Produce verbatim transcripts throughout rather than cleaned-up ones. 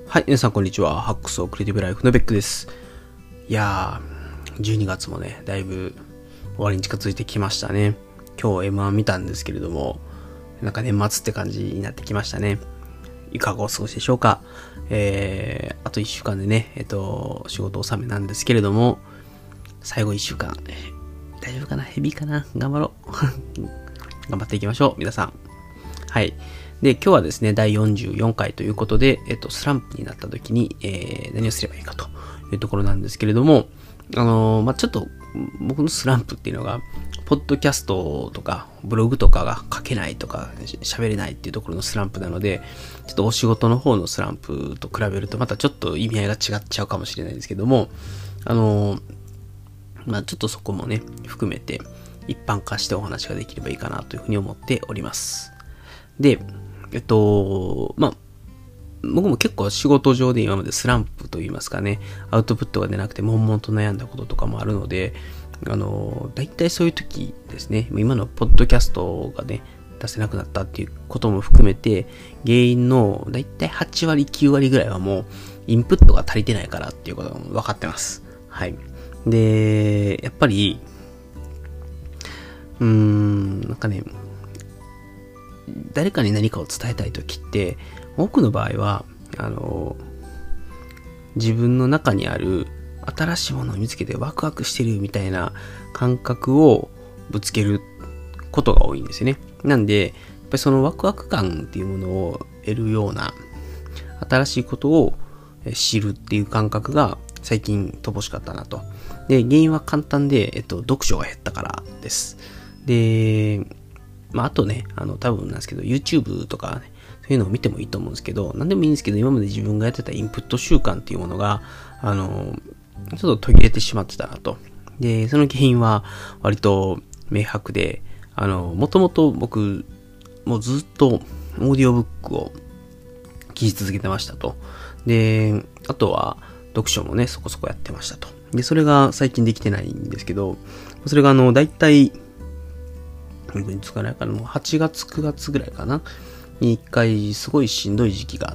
はい、皆さんこんにちは。ハックスオクリエイティブライフのベックです。いやー、じゅうにがつもね、だいぶ終わりに近づいてきましたね。今日 エムワン 見たんですけれども、なんか年末って感じになってきましたね。いかがお過ごしでしょうか。えー、あといっしゅうかんでね、えっと、仕事納めなんですけれども、最後いっしゅうかん、大丈夫かな？ヘビーかな？頑張ろう。頑張っていきましょう、皆さん。はい。で、今日はですね、だいよんじゅうよんかいということで、えっと、スランプになった時に、えー、何をすればいいかというところなんですけれども、あのー、まあ、ちょっと、僕のスランプっていうのが、ポッドキャストとか、ブログとかが書けないとか、喋れないっていうところのスランプなので、ちょっとお仕事の方のスランプと比べると、またちょっと意味合いが違っちゃうかもしれないですけども、あのー、まあ、ちょっとそこもね、含めて、一般化してお話ができればいいかなというふうに思っております。で、えっと、まあ、僕も結構仕事上で今までスランプといいますかね、アウトプットが出なくて悶々と悩んだこととかもあるので、あの、大体そういう時ですね、今のポッドキャストがね、出せなくなったっていうことも含めて、原因の大体はちわりきゅうわりぐらいはもう、インプットが足りてないからっていうことが分かってます。はい。で、やっぱり、うーん、なんかね、誰かに何かを伝えたいときって、多くの場合は、あの、自分の中にある新しいものを見つけてワクワクしてるみたいな感覚をぶつけることが多いんですよね。なんで、やっぱりそのワクワク感っていうものを得るような、新しいことを知るっていう感覚が最近乏しかったなと。で、原因は簡単で、えっと、読書が減ったからです。で、まあ、あとね、あの、多分なんですけど、YouTube とかね、そういうのを見てもいいと思うんですけど、なんでもいいんですけど、今まで自分がやってたインプット習慣っていうものが、あの、ちょっと途切れてしまってたなと。で、その原因は割と明白で、あの、もともと僕、もうずっとオーディオブックを聞き続けてましたと。で、あとは読書もね、そこそこやってましたと。で、それが最近できてないんですけど、それがあの、だいたい、いつかないかな、もうはちがつくがつぐらいかなに一回すごいしんどい時期があって、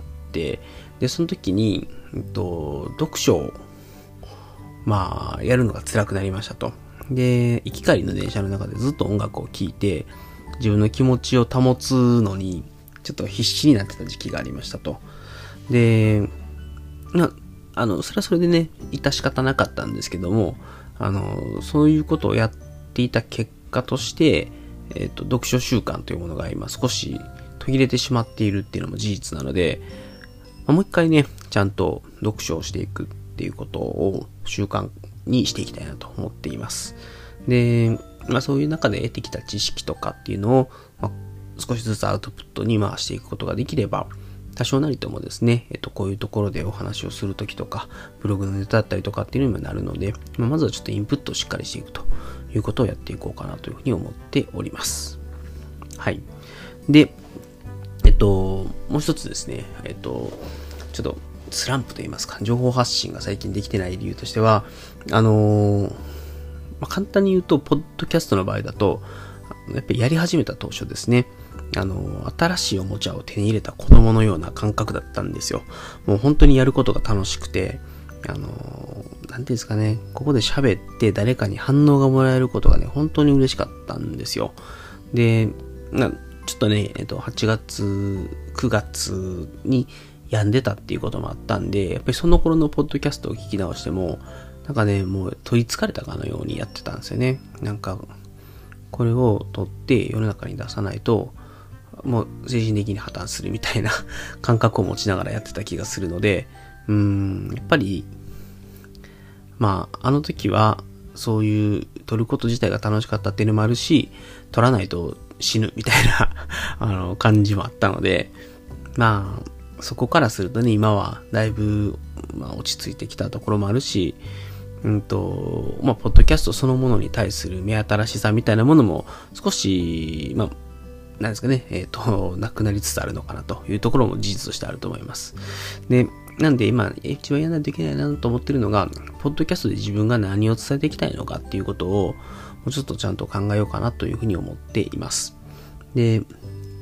でその時に、えっと、読書をまあやるのが辛くなりましたと。で行き帰りの電車の中でずっと音楽を聴いて自分の気持ちを保つのにちょっと必死になってた時期がありましたと。でなあのそれはそれでね致し方なかったんですけども、あのそういうことをやっていた結果としてえっと、読書習慣というものが今少し途切れてしまっているっていうのも事実なので、まあ、もう一回ね、ちゃんと読書をしていくっていうことを習慣にしていきたいなと思っています。で、まあそういう中で得てきた知識とかっていうのを、まあ、少しずつアウトプットに回していくことができれば、多少なりともですね、えっと、こういうところでお話をするときとか、ブログのネタだったりとかっていうのにもなるので、まあ、まずはちょっとインプットをしっかりしていくということをやっていこうかなというふうに思っております。はい。で、えっと、もう一つですね、えっと、ちょっとスランプといいますか、情報発信が最近できてない理由としては、あのー、まあ、簡単に言うと、ポッドキャストの場合だと、やっぱりやり始めた当初ですね、あの、新しいおもちゃを手に入れた子供のような感覚だったんですよ。もう本当にやることが楽しくて、あの、なんていうんですかね、ここで喋って誰かに反応がもらえることがね、本当に嬉しかったんですよ。で、なちょっとね、えっと、はちがつ、くがつに病んでたっていうこともあったんで、やっぱりその頃のポッドキャストを聞き直しても、なんかね、もう取り憑かれたかのようにやってたんですよね。なんか、これを取って世の中に出さないと、もう精神的に破綻するみたいな感覚を持ちながらやってた気がするので、うーん、やっぱり、まあ、あの時は、そういう撮ること自体が楽しかったっていうのもあるし、撮らないと死ぬみたいなあの感じもあったので、まあ、そこからするとね、今はだいぶ、まあ、落ち着いてきたところもあるし、うんと、まあ、ポッドキャストそのものに対する目新しさみたいなものも少し、まあ、なんですかね、えっと、なくなりつつあるのかなというところも事実としてあると思います。で、なんで今、一番やらないといけないなと思ってるのが、ポッドキャストで自分が何を伝えていきたいのかっていうことを、もうちょっとちゃんと考えようかなというふうに思っています。で、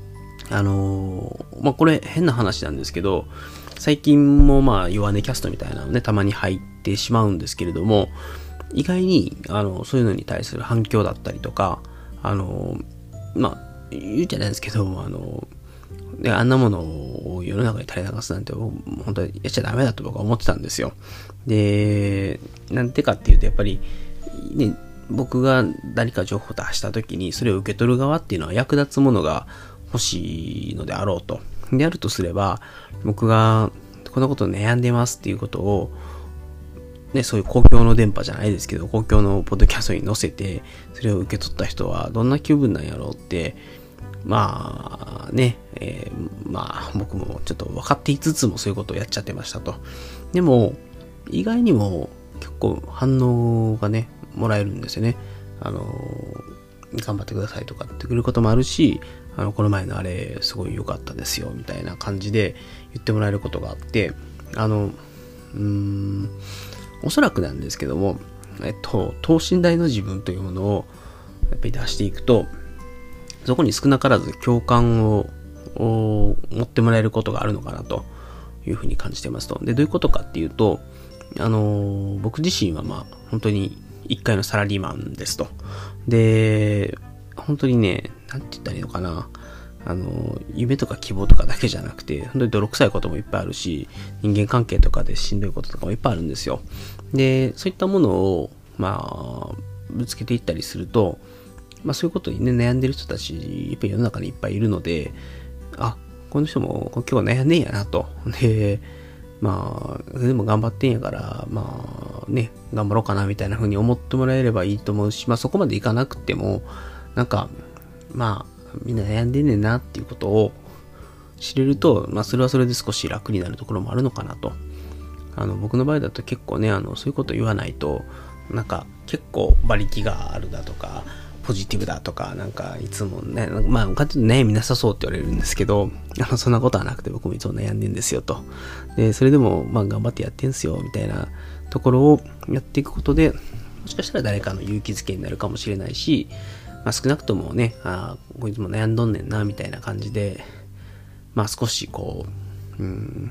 あのー、まあ、これ変な話なんですけど、最近もまあ、弱音キャストみたいなのね、たまに入ってしまうんですけれども、意外に、あの、そういうのに対する反響だったりとか、あのー、まあ、言うじゃないですけど、あのー、で、あんなものを世の中に垂れ流すなんて、本当にやっちゃダメだと僕は思ってたんですよ。で、なんでかっていうと、やっぱり、ね、僕が何か情報を出したときに、それを受け取る側っていうのは役立つものが欲しいのであろうと。であるとすれば、僕がこんなこと悩んでますっていうことを、ね、そういう公共の電波じゃないですけど、公共のポッドキャストに載せて、それを受け取った人はどんな気分なんやろうって、まあね、えー、まあ僕もちょっと分かっていつつもそういうことをやっちゃってましたと。でも、意外にも結構反応がね、もらえるんですよね。あの、頑張ってくださいとかってくることもあるし、あの、この前のあれすごい良かったですよみたいな感じで言ってもらえることがあって、あの、うーん、おそらくなんですけども、えっと、等身大の自分というものをやっぱり出していくと、そこに少なからず共感を持ってもらえることがあるのかなというふうに感じてますと。で、どういうことかっていうと、あの、僕自身はまあ、本当に一回のサラリーマンですと。で、本当にね、なんて言ったらいいのかな。あの、夢とか希望とかだけじゃなくて、本当に泥臭いこともいっぱいあるし、人間関係とかでしんどいこととかもいっぱいあるんですよ。で、そういったものを、まあ、ぶつけていったりすると、まあそういうことにね、悩んでる人たち、やっぱり世の中にいっぱいいるので、あ、この人も今日は悩んでんやなと。で、まあ、でも頑張ってんやから、まあね、頑張ろうかなみたいな風に思ってもらえればいいと思うし、まあそこまでいかなくても、なんか、まあ、みんな悩んでんねんなっていうことを知れると、まあそれはそれで少し楽になるところもあるのかなと。あの、僕の場合だと結構ね、あの、そういうこと言わないと、なんか結構馬力があるだとか、ポジティブだとか、なんかいつもね、まあ、かつ悩みなさそうって言われるんですけど、あの、そんなことはなくて僕もいつも悩んでんですよと。で、それでも、まあ、頑張ってやってんすよ、みたいなところをやっていくことで、もしかしたら誰かの勇気づけになるかもしれないし、まあ、少なくともね、ああ、こいつも悩んどんねんな、みたいな感じで、まあ、少しこう、うん、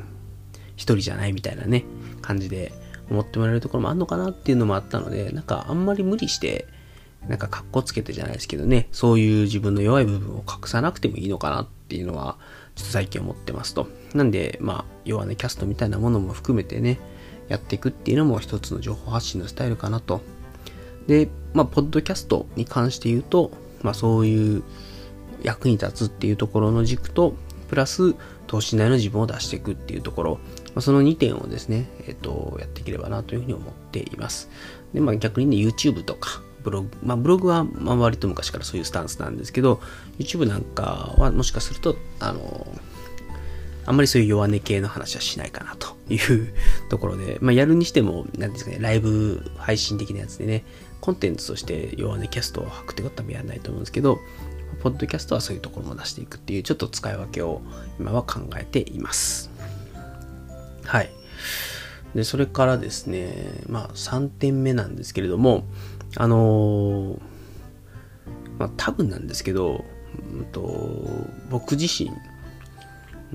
一人じゃないみたいなね、感じで思ってもらえるところもあるのかなっていうのもあったので、なんかあんまり無理して、なんか格好つけてじゃないですけどね、そういう自分の弱い部分を隠さなくてもいいのかなっていうのは、ちょっと最近思ってますと。なんで、まあ、弱音キャストみたいなものも含めてね、やっていくっていうのも一つの情報発信のスタイルかなと。で、まあ、ポッドキャストに関して言うと、まあ、そういう役に立つっていうところの軸と、プラス、等身大の自分を出していくっていうところ、まあ、そのにてんをですね、えっと、やっていければなというふうに思っています。で、まあ、逆にね、YouTube とか、ブログ、まあブログはまあ割と昔からそういうスタンスなんですけど、YouTube なんかはもしかすると、あの、あんまりそういう弱音系の話はしないかなというところで、まあやるにしても、なんですかね、ライブ配信的なやつでね、コンテンツとして弱音キャストを吐くってことはやらないと思うんですけど、ポッドキャストはそういうところも出していくっていうちょっと使い分けを今は考えています。はい。で、それからですね、まあさんてんめなんですけれども、あのー、まあ多分なんですけど、うんと、僕自身、うん、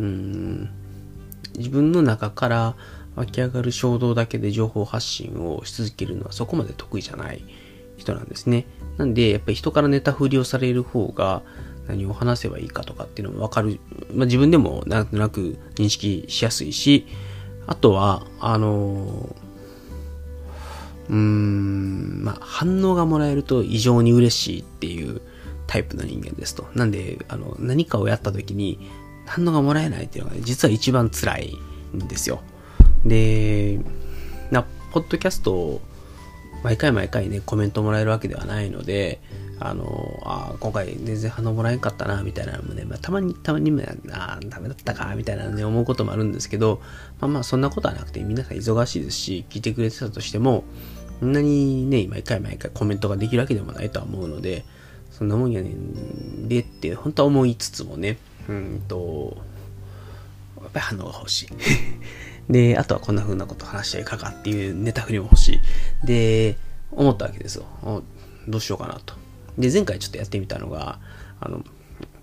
自分の中から湧き上がる衝動だけで情報発信をし続けるのはそこまで得意じゃない人なんですね。なんで、やっぱり人からネタ振りをされる方が何を話せばいいかとかっていうのもわかる。まあ自分でもなんとなく認識しやすいし、あとは、あのー、うーん、まあ、反応がもらえると異常に嬉しいっていうタイプの人間ですと。なんで、あの、何かをやった時に反応がもらえないっていうのが、ね、実は一番辛いんですよ。で、な、ポッドキャストを毎回毎回ね、コメントもらえるわけではないので、あの、あ今回全然反応もらえんかったな、みたいなのもね、まあ、たまに、たまに、あダメだったか、みたいなね、思うこともあるんですけど、まあまあ、そんなことはなくて、皆さん忙しいですし、聞いてくれてたとしても、そんなにね、毎回毎回コメントができるわけでもないとは思うので、そんなもんやねんでって、本当は思いつつもね、うんと、やっぱり反応が欲しい。で、あとはこんな風なこと話しちゃいかかっていうネタ振りも欲しい。で、思ったわけですよ。どうしようかなと。で、前回ちょっとやってみたのが、あの、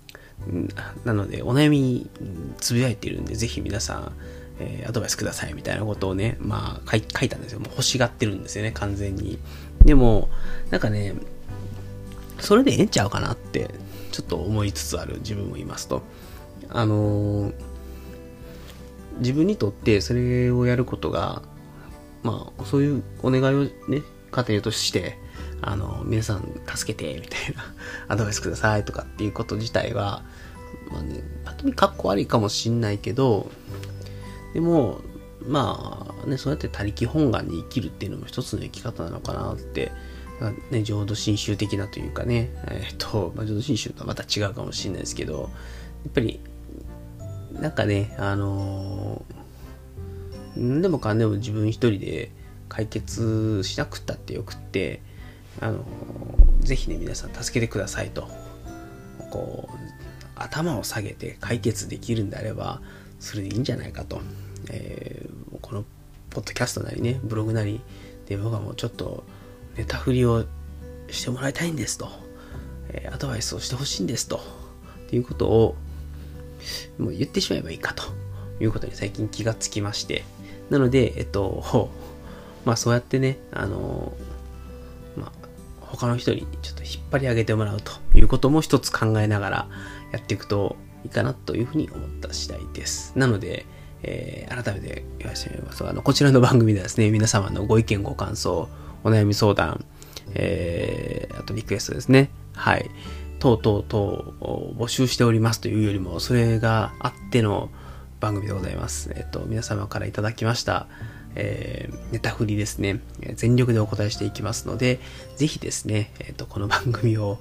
なので、お悩みつぶやいているんで、ぜひ皆さん、えー、アドバイスくださいみたいなことをね、まあ書い、書いたんですよ。もう欲しがってるんですよね、完全に。でも、なんかね、それでええんちゃうかなって、ちょっと思いつつある自分もいますと。あのー、自分にとってそれをやることが、まあ、そういうお願いをね、家庭として、あの、皆さん助けて、みたいな、アドバイスくださいとかっていうこと自体は、まあね、ぱっと見かっこ悪いかもしんないけど、でも、まあね、そうやって他力本願に生きるっていうのも一つの生き方なのかなって、ね、浄土真宗的なというかね、えっと、まあ、浄土真宗とはまた違うかもしれないですけど、やっぱり、なんかね、あのー、んでもかんでも自分一人で解決しなくったってよくって、あのー、ぜひね、皆さん助けてくださいと、こう、頭を下げて解決できるんであれば、それでいいんじゃないかと。えー、この、ポッドキャストなりね、ブログなりで僕はもうちょっと、ネタ振りをしてもらいたいんですと、えー、アドバイスをしてほしいんですと、っていうことをもう言ってしまえばいいかということに最近気がつきまして、なので、えっと、まあそうやってね、あの、まあ他の人にちょっと引っ張り上げてもらうということも一つ考えながらやっていくといいかなというふうに思った次第です。なので、えー、改めて言わせてみますと、あの、こちらの番組ではですね、皆様のご意見ご感想、お悩み相談、えー、あとリクエストですね。はい。等々等を募集しておりますというよりも、それがあっての番組でございます。えっと、皆様からいただきました、えー、ネタ振りですね。全力でお答えしていきますので、ぜひですね、えっと、この番組を、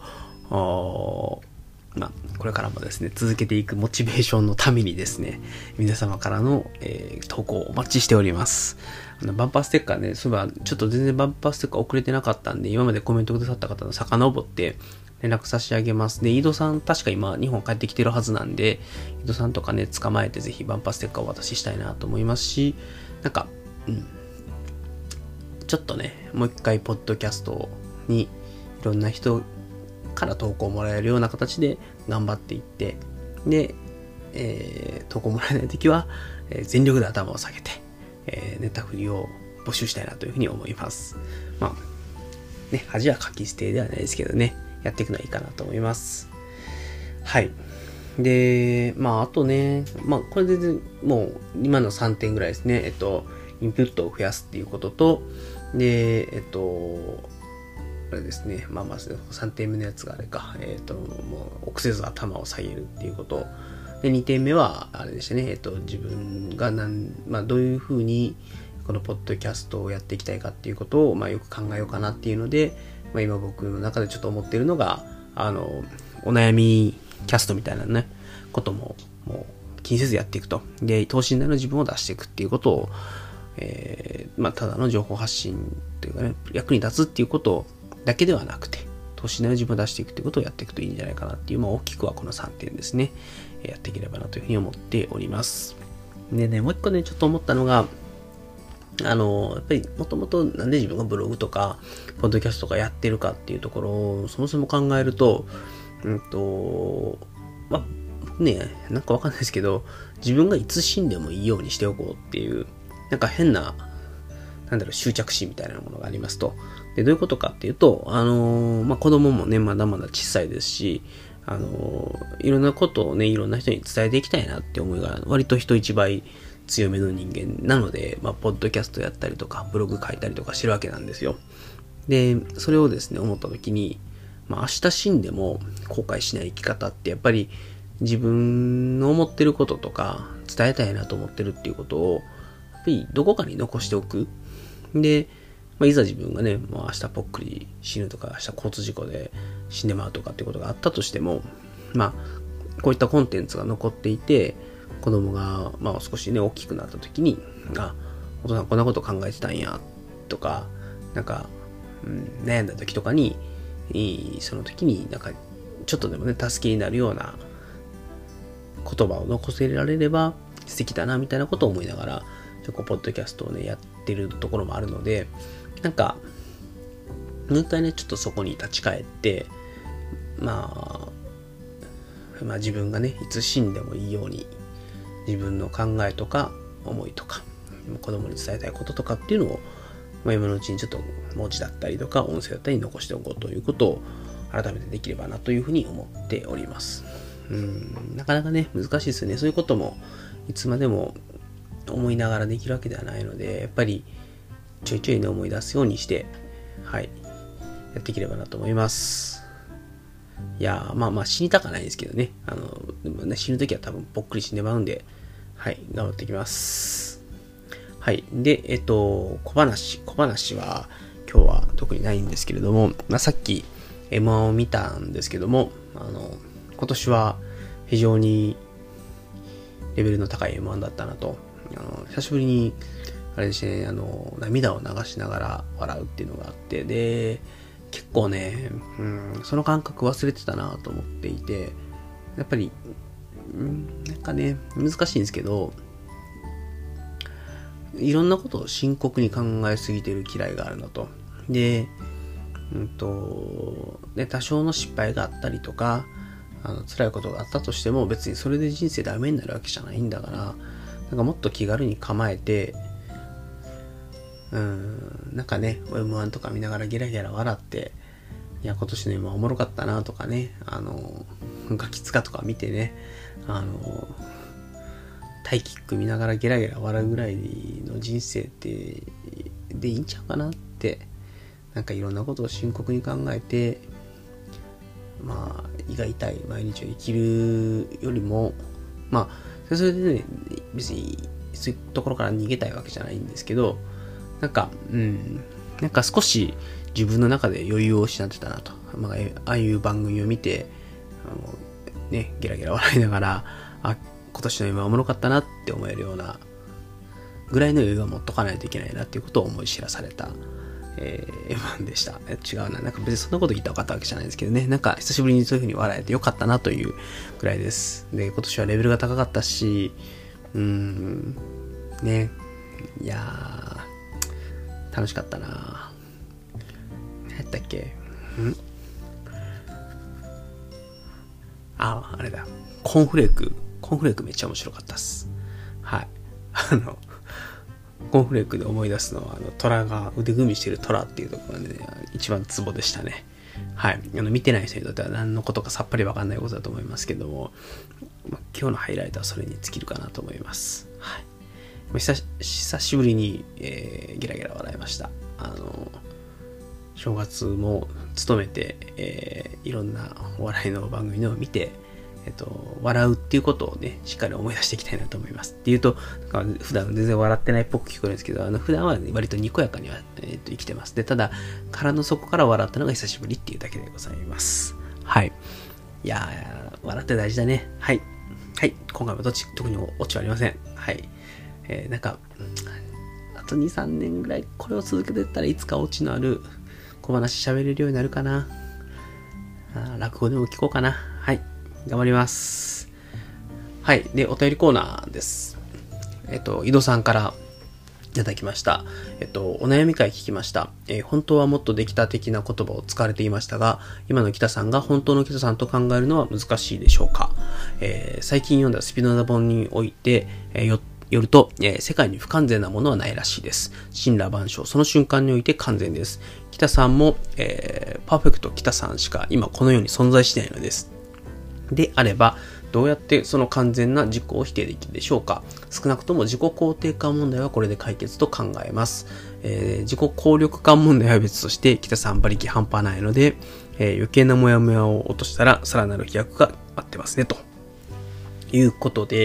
まあ、これからもですね、続けていくモチベーションのためにですね、皆様からの、えー、投稿をお待ちしております。あのバンパーステッカーね、そういえば、ちょっと全然バンパーステッカー遅れてなかったんで、今までコメントくださった方の遡って連絡差し上げます。で、井戸さん、確か今、日本帰ってきてるはずなんで、井戸さんとかね、捕まえてぜひバンパーステッカーをお渡ししたいなと思いますし、なんか、うん、ちょっとね、もう一回、ポッドキャストにいろんな人から投稿もらえるような形で頑張っていって、で、えー、投稿もらえないときは、えー、全力で頭を下げて、えー、ネタ振りを募集したいなというふうに思います。まあ、ね、恥はかき捨てではないですけどね、やっていくのはいいかなと思います。はい。で、まあ、あとね、まあ、これでもう今のさんてんぐらいですね。えっと、インプットを増やすっていうことと、で、えっと、あれですね、まあまあ、さんてんめのやつがあれか、えっと、もう、臆せず頭を下げるっていうこと。で、にてんめは、あれでしたね、えっと、自分がなん、まあ、どういうふうに、このポッドキャストをやっていきたいかっていうことを、まあ、よく考えようかなっていうので、まあ、今僕の中でちょっと思っているのが、あの、お悩みキャストみたいなね、ことも、もう、気にせずやっていくと。で、等身大の自分を出していくっていうことを、えー、まあ、ただの情報発信というかね、役に立つっていうことだけではなくて、等身大の自分を出していくっていうことをやっていくといいんじゃないかなっていう、まあ、大きくはこのさんてんですね、やっていければなというふうに思っております。でね、もう一個ね、ちょっと思ったのが、あの、やっぱりもともとなんで自分がブログとか、ポッドキャストとかやってるかっていうところを、そもそも考えると、うんと、まあ、ね、なんかわかんないですけど、自分がいつ死んでもいいようにしておこうっていう、なんか変な、なんだろう、執着心みたいなものがありますと。で、どういうことかっていうと、あのー、まあ、子供もね、まだまだ小さいですし、あのー、いろんなことをね、いろんな人に伝えていきたいなって思いが、割と人一倍強めの人間なので、まあ、ポッドキャストやったりとか、ブログ書いたりとかしてるわけなんですよ。で、それをですね、思った時に、まあ、明日死んでも後悔しない生き方って、やっぱり自分の思ってることとか、伝えたいなと思ってるっていうことを、やっぱりどこかに残しておく。で、まあ、いざ自分がね、まあ、明日ぽっくり死ぬとか、明日交通事故で死んでまうとかっていうことがあったとしても、まあ、こういったコンテンツが残っていて、子供が、まあ、少しね、大きくなった時に、あ、お父さんこんなこと考えてたんや、とか、なんか、うん、悩んだ時とかに、その時になんか、ちょっとでもね、助けになるような言葉を残せられれば素敵だな、みたいなことを思いながら、ちょっとポッドキャストをね、やってるところもあるので、なんか、もう一回ね、ちょっとそこに立ち返って、まあ、 まあ自分がね、いつ死んでもいいように、自分の考えとか思いとか、子供に伝えたいこととかっていうのを、まあ、今のうちにちょっと文字だったりとか音声だったり残しておこうということを改めてできればなというふうに思っております。うん、なかなかね、難しいですよね。そういうこともいつまでも思いながらできるわけではないので、やっぱりちょいちょいね思い出すようにして、はい、やっていければなと思います。いやー、まあまあ死にたかないですけどね。あの、でもね、死ぬときは多分ぽっくり死んでまうんで、はい、頑張っていきます。はい。で、えっと、小話。小話は今日は特にないんですけれども、まあ、さっき エムワン を見たんですけども、あの、今年は非常にレベルの高い エムワン だったなと。あの、久しぶりに、あれですね、あの、涙を流しながら笑うっていうのがあって、で、結構ね、うん、その感覚忘れてたなと思っていて、やっぱり、うん、なんかね、難しいんですけど、いろんなことを深刻に考えすぎてる嫌いがあるのと。で、うんと、ね、多少の失敗があったりとか、あの辛いことがあったとしても別にそれで人生ダメになるわけじゃないんだから、なんかもっと気軽に構えて、うーん、なんかね、エムワン とか見ながらゲラゲラ笑って、いや、今年の エムワン おもろかったなとかね、あの、ガキツカとか見てね、あの、タイキック見ながらゲラゲラ笑うぐらいの人生ってでいいんちゃうかなって、なんかいろんなことを深刻に考えて、まあ胃が痛い毎日を生きるよりも、まあそれでね、別にそういうところから逃げたいわけじゃないんですけど、なんかうんなんか少し自分の中で余裕を失ってたなと、まあ、ああいう番組を見てあのねゲラゲラ笑いながら、あ、今年の今おもろかったなって思えるようなぐらいの余裕を持っとかないといけないなっていうことを思い知らされた、えー、エムワン でした。違うな。なんか別にそんなこと言ったら分かったわけじゃないですけどね。なんか久しぶりにそういう風に笑えてよかったなというぐらいです。で、今年はレベルが高かったし、うーん、ね。いやー、楽しかったな。何やったっけんあ、あれだ。コーンフレーク。コーンフレークめっちゃ面白かったっす。はい。あの、コーンフレークで思い出すのは、あの、虎が腕組みしてる虎っていうところがね、一番ツボでしたね。はい。あの、見てない人にとっては何のことかさっぱりわかんないことだと思いますけども、まあ、今日のハイライトはそれに尽きるかなと思います。はい。まあ、久し、久しぶりに、えー、ゲラゲラ笑いました。あの、正月も勤めて、えー、いろんなお笑いの番組のを見て、えっと、笑うっていうことをね、しっかり思い出していきたいなと思います。っていうと、なんか普段全然笑ってないっぽく聞こえるんですけど、あの普段は割とにこやかには、えっと、生きてます。で、ただ、殻の底から笑ったのが久しぶりっていうだけでございます。はい。いやー、笑って大事だね。はい。はい。今回もどっち、特にオチはありません。はい。えー、なんか、あとに、さんねんぐらいこれを続けていったらいつかオチのある小話喋れるようになるかな。あ、落語でも聞こうかな。はい。頑張ります。はい。で、お便りコーナーです。えっと、井戸さんからいただきました。えっと、お悩み会聞きました。えー、本当はもっとできた的な言葉を使われていましたが、今の北さんが本当の北さんと考えるのは難しいでしょうか。えー、最近読んだスピノザ本において、えー、よよると、えー、世界に不完全なものはないらしいです。神羅万象、その瞬間において完全です。北さんも、えー、パーフェクト北さんしか今この世に存在しないのです。であれば、どうやってその完全な自己を否定できるでしょうか。少なくとも自己肯定感問題はこれで解決と考えます。えー、自己効力感問題は別として、北さん馬力半端ないので、えー、余計なモヤモヤを落としたらさらなる飛躍が待ってますね、ということで、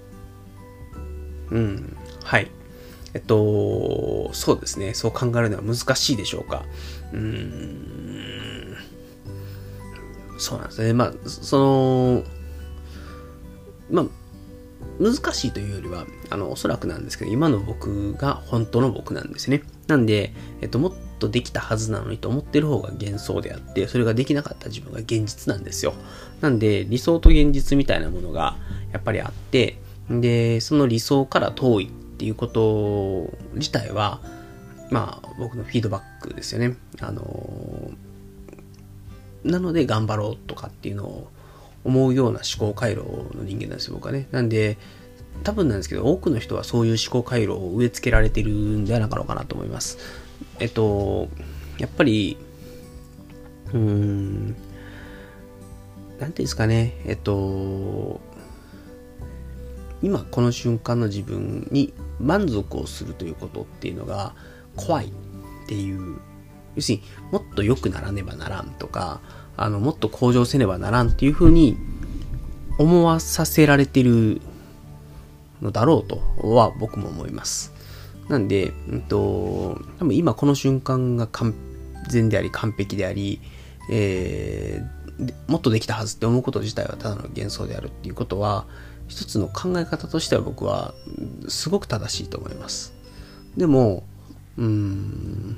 うん、はい。えっと、そうですね。そう考えるのは難しいでしょうか。うーん、そうなんですね。まあ、その、まあ、難しいというよりは、あの、おそらくなんですけど、今の僕が本当の僕なんですね。なんで、えっと、もっとできたはずなのにと思ってる方が幻想であって、それができなかった自分が現実なんですよ。なんで、理想と現実みたいなものがやっぱりあって、で、その理想から遠いっていうこと自体は、まあ、僕のフィードバックですよね。あの、なので頑張ろうとかっていうのを思うような思考回路の人間なんですよ、僕はね。なんで、多分なんですけど、多くの人はそういう思考回路を植え付けられてるんじゃなかろうかなと思います。えっと、やっぱり、うーん、なんていうんですかね、えっと、今この瞬間の自分に満足をするということっていうのが怖いっていう、要するにもっと良くならねばならんとか、あのもっと向上せねばならんっていうふうに思わさせられてるのだろうとは僕も思います。なんで、うんと、多分今この瞬間が完全であり完璧であり、えー、もっとできたはずって思うこと自体はただの幻想であるっていうことは、一つの考え方としては僕はすごく正しいと思います。でも、うーん、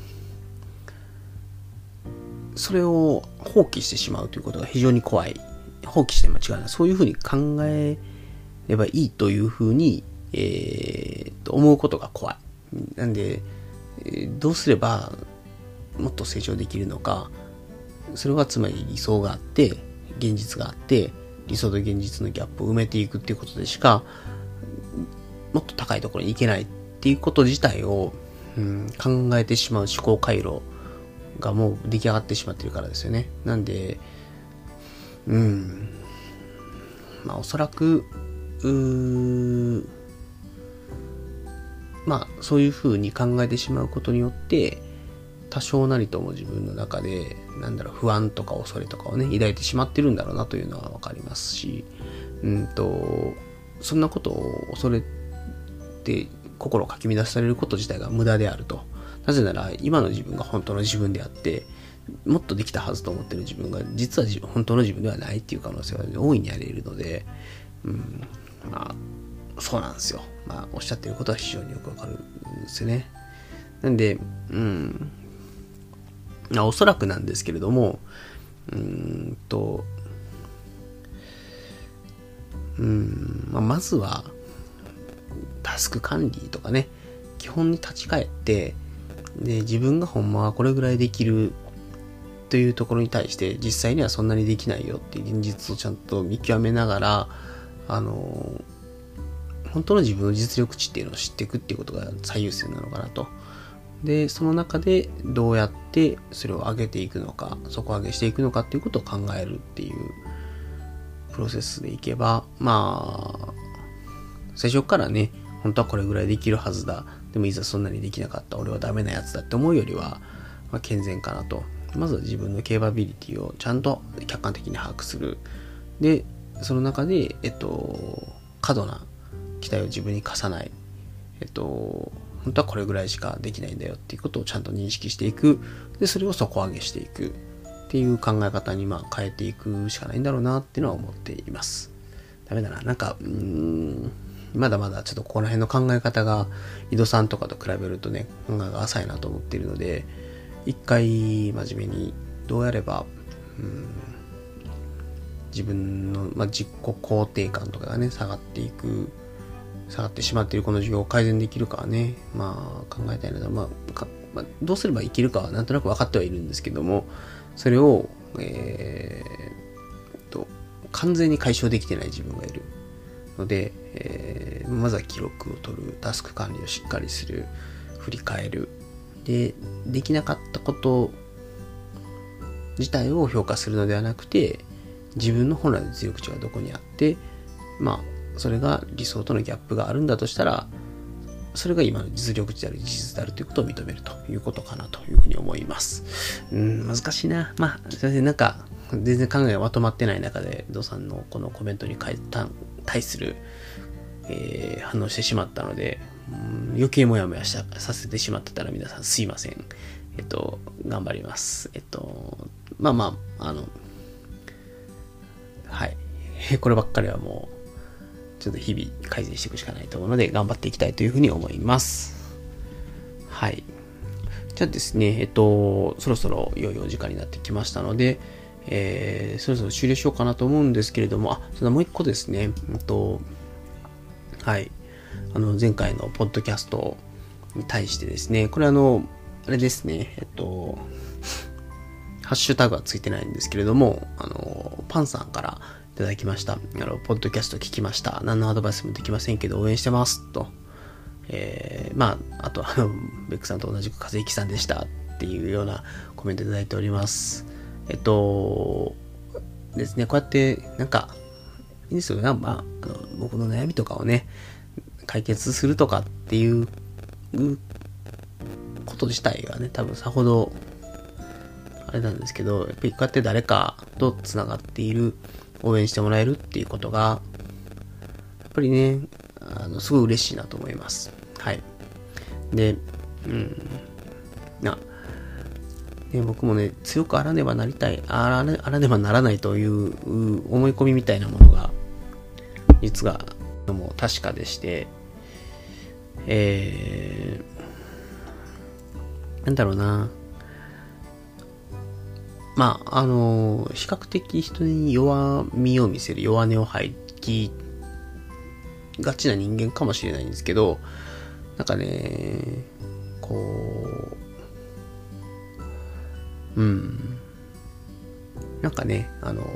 それを放棄してしまうということが非常に怖い。放棄して間違いない。そういうふうに考えればいいというふうに、えー、と思うことが怖い。なんで、どうすればもっと成長できるのか、それはつまり理想があって、現実があって、理想と現実のギャップを埋めていくっていうことでしか、もっと高いところに行けないっていうこと自体を、うん、考えてしまう思考回路がもう出来上がってしまっているからですよね。なんで、うん、まあおそらく、うーまあそういうふうに考えてしまうことによって、多少なりとも自分の中で、なんだろう、不安とか恐れとかをね、抱いてしまってるんだろうなというのはわかりますし、うんと、そんなことを恐れて心をかき乱されること自体が無駄であると。なぜなら、今の自分が本当の自分であって、もっとできたはずと思ってる自分が、実は自分本当の自分ではないっていう可能性は大いにあり得るので、うん、まあ、そうなんですよ。まあ、おっしゃってることは非常によくわかるんですよね。なんで、うん、おそらくなんですけれども、うーんと、うーん、まあ、まずは、タスク管理とかね、基本に立ち返って、で、自分がほんまはこれぐらいできるというところに対して、実際にはそんなにできないよっていう現実をちゃんと見極めながら、あの、本当の自分の実力値っていうのを知っていくっていうことが最優先なのかなと。で、その中でどうやってそれを上げていくのか、底上げしていくのかっていうことを考えるっていうプロセスでいけば、まあ、最初からね、本当はこれぐらいできるはずだ。でもいざそんなにできなかった。俺はダメなやつだって思うよりは、まあ、健全かなと。まずは自分のケーパビリティをちゃんと客観的に把握する。で、その中で、えっと、過度な期待を自分に課さない。えっと、本当はこれぐらいしかできないんだよっていうことをちゃんと認識していく。で、それを底上げしていくっていう考え方にまあ変えていくしかないんだろうなっていうのは思っています。ダメだな。なんか、うーん、まだまだちょっとここら辺の考え方が井戸さんとかと比べるとね、考えが浅いなと思っているので、一回真面目にどうやれば、うん、自分の、まあ、自己肯定感とかがね、下がっていく、下がってしまっているこの授業を改善できるかはね、まあ考えたいので、まあ、かまあ、どうすればいけるかはなんとなく分かってはいるんですけども、それを、えー、と、完全に解消できてない自分がいるので、えー、まずは記録を取る、タスク管理をしっかりする、振り返る、で、できなかったこと自体を評価するのではなくて、自分の本来の実力値はどこにあって、まあ、それが理想とのギャップがあるんだとしたら、それが今の実力値である事実であるということを認めるということかなというふうに思います。うん、難しいな。まあ、すいません、なんか、全然考えがまとまってない中で、ドさんのこのコメントに対する、えー、反応してしまったので、うん、余計もやもやしたさせてしまってたら皆さんすいません。えっと、頑張ります。えっと、まあまあ、あの、はい。こればっかりはもう、ちょっと日々改善していくしかないと思うので、頑張っていきたいというふうに思います。はい。じゃあですね、えっと、そろそろ良いお時間になってきましたので、えー、そろそろ終了しようかなと思うんですけれども、あ、そのもう一個ですね、えっと、はい。あの、前回のポッドキャストに対してですね、これあの、あれですね、えっと、ハッシュタグはついてないんですけれども、あの、パンさんから、 ただきました。あの、ポッドキャスト聞きました。何のアドバイスもできませんけど応援してます。と。えー、まあ、あと、あの、ベックさんと同じく風邪ひきさんでしたっていうようなコメントいただいております。えっと、ですね、こうやって、なんか、いいんですよね。まあ、あの僕の悩みとかをね、解決するとかっていうこと自体はね、多分さほど、あれなんですけど、やっぱりこうやって誰かと繋がっている、応援してもらえるっていうことが、やっぱりね、あの、すごい嬉しいなと思います。はい。で、うん、な、ね、僕もね、強くあらねばなりたい、あらね、あらねばならないという思い込みみたいなものが、実は、もう確かでして、えー、なんだろうな、まあ、あの、比較的人に弱みを見せる、弱音を吐きがちな人間かもしれないんですけど、なんかね、こう、うん、なんかね、あの、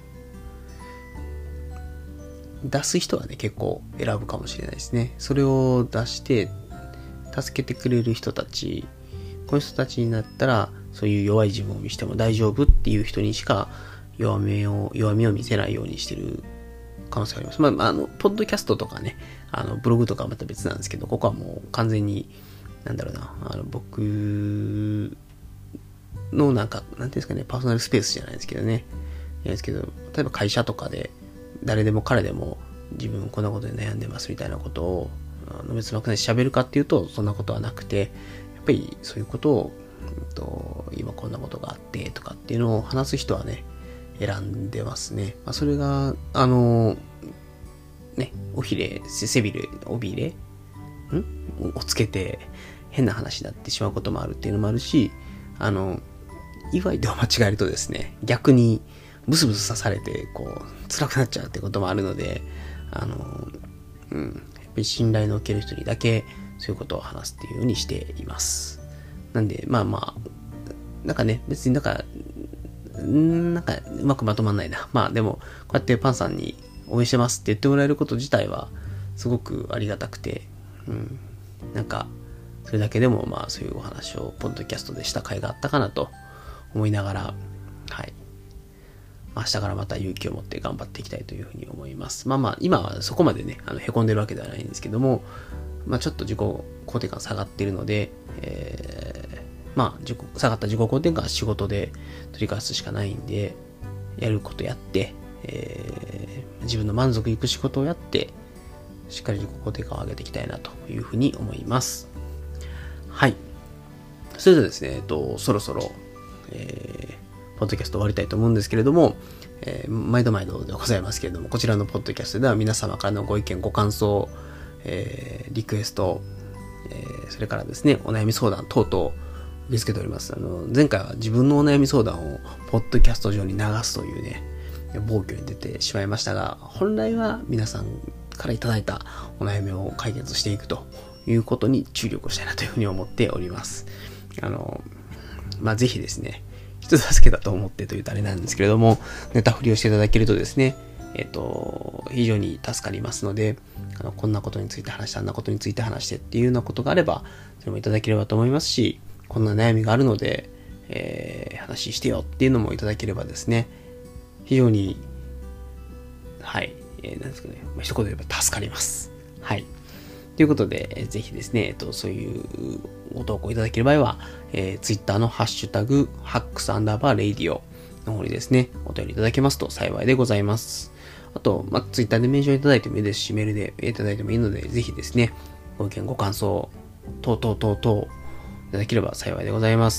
出す人はね、結構選ぶかもしれないですね。それを出して、助けてくれる人たち、この人たちになったら、そういう弱い自分を見せても大丈夫っていう人にしか弱みを、弱みを見せないようにしてる可能性があります。まあ、あの、ポッドキャストとかね、あの、ブログとかはまた別なんですけど、ここはもう完全に、なんだろうな、あの、僕のなんか、なんていうんですかね、パーソナルスペースじゃないですけどね。いやですけど、例えば会社とかで、誰でも彼でも自分こんなことで悩んでますみたいなことを、あの別の方に喋るかっていうと、そんなことはなくて、やっぱりそういうことを、と今こんなことがあってとかっていうのを話す人はね、選んでますね。まあ、それが、あの、ね、おひれ、背びれ、おびれんをつけて変な話になってしまうこともあるっていうのもあるし、あの、祝いでを間違えるとですね、逆にブスブス刺されて、こう、辛くなっちゃうってこともあるので、あの、うん、やっぱり信頼のおける人にだけそういうことを話すっていうようにしています。なんで、まあまあ、なんかね、別になんか、んなんかうまくまとまんないな。まあでも、こうやってパンさんに応援してますって言ってもらえること自体はすごくありがたくて、うん、なんか、それだけでもまあそういうお話をポッドキャストでした回があったかなと思いながら、はい。明日からまた勇気を持って頑張っていきたいというふうに思います。まあまあ、今はそこまでね、あの凹んでるわけではないんですけども、まあちょっと自己肯定感下がっているので、えー、まあ自己、下がった自己肯定感は仕事で取り返すしかないんで、やることやって、えー、自分の満足いく仕事をやって、しっかり自己肯定感を上げていきたいなというふうに思います。はい。それではですね、えっと、そろそろ、えーポッドキャスト終わりたいと思うんですけれども、えー、毎度毎度でございますけれども、こちらのポッドキャストでは皆様からのご意見、ご感想、えー、リクエスト、えー、それからですね、お悩み相談等々受け付けております。あの、前回は自分のお悩み相談をポッドキャスト上に流すというね、暴挙に出てしまいましたが、本来は皆さんからいただいたお悩みを解決していくということに注力をしたいなというふうに思っております。あの、まあ、ぜひですね、人助けだと思ってというとあれなんですけれども、ネタ振りをしていただけるとですね、えっと、非常に助かりますので、あの、こんなことについて話して、あんなことについて話してっていうようなことがあれば、それもいただければと思いますし、こんな悩みがあるので、えー、話してよっていうのもいただければですね、非常に、はい、えー、なんですかね、まあ、一言で言えば助かります。はい。ということで、ぜひですね、えっと、そういうご投稿いただける場合は、えー、Twitter のハッシュタグ、ハックスアンダーバーレイディオの方にですね、お便りいただけますと幸いでございます。あと、まあ、Twitter でメンションいただいてもいいですし、メールでいただいてもいいので、ぜひですね、ご意見、ご感想、等々等々いただければ幸いでございます。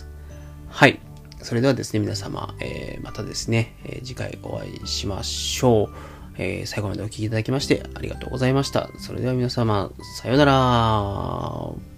はい。それではですね、皆様、えー、またですね、えー、次回お会いしましょう。えー、最後までお聞きいただきましてありがとうございました。それでは皆様、さようなら。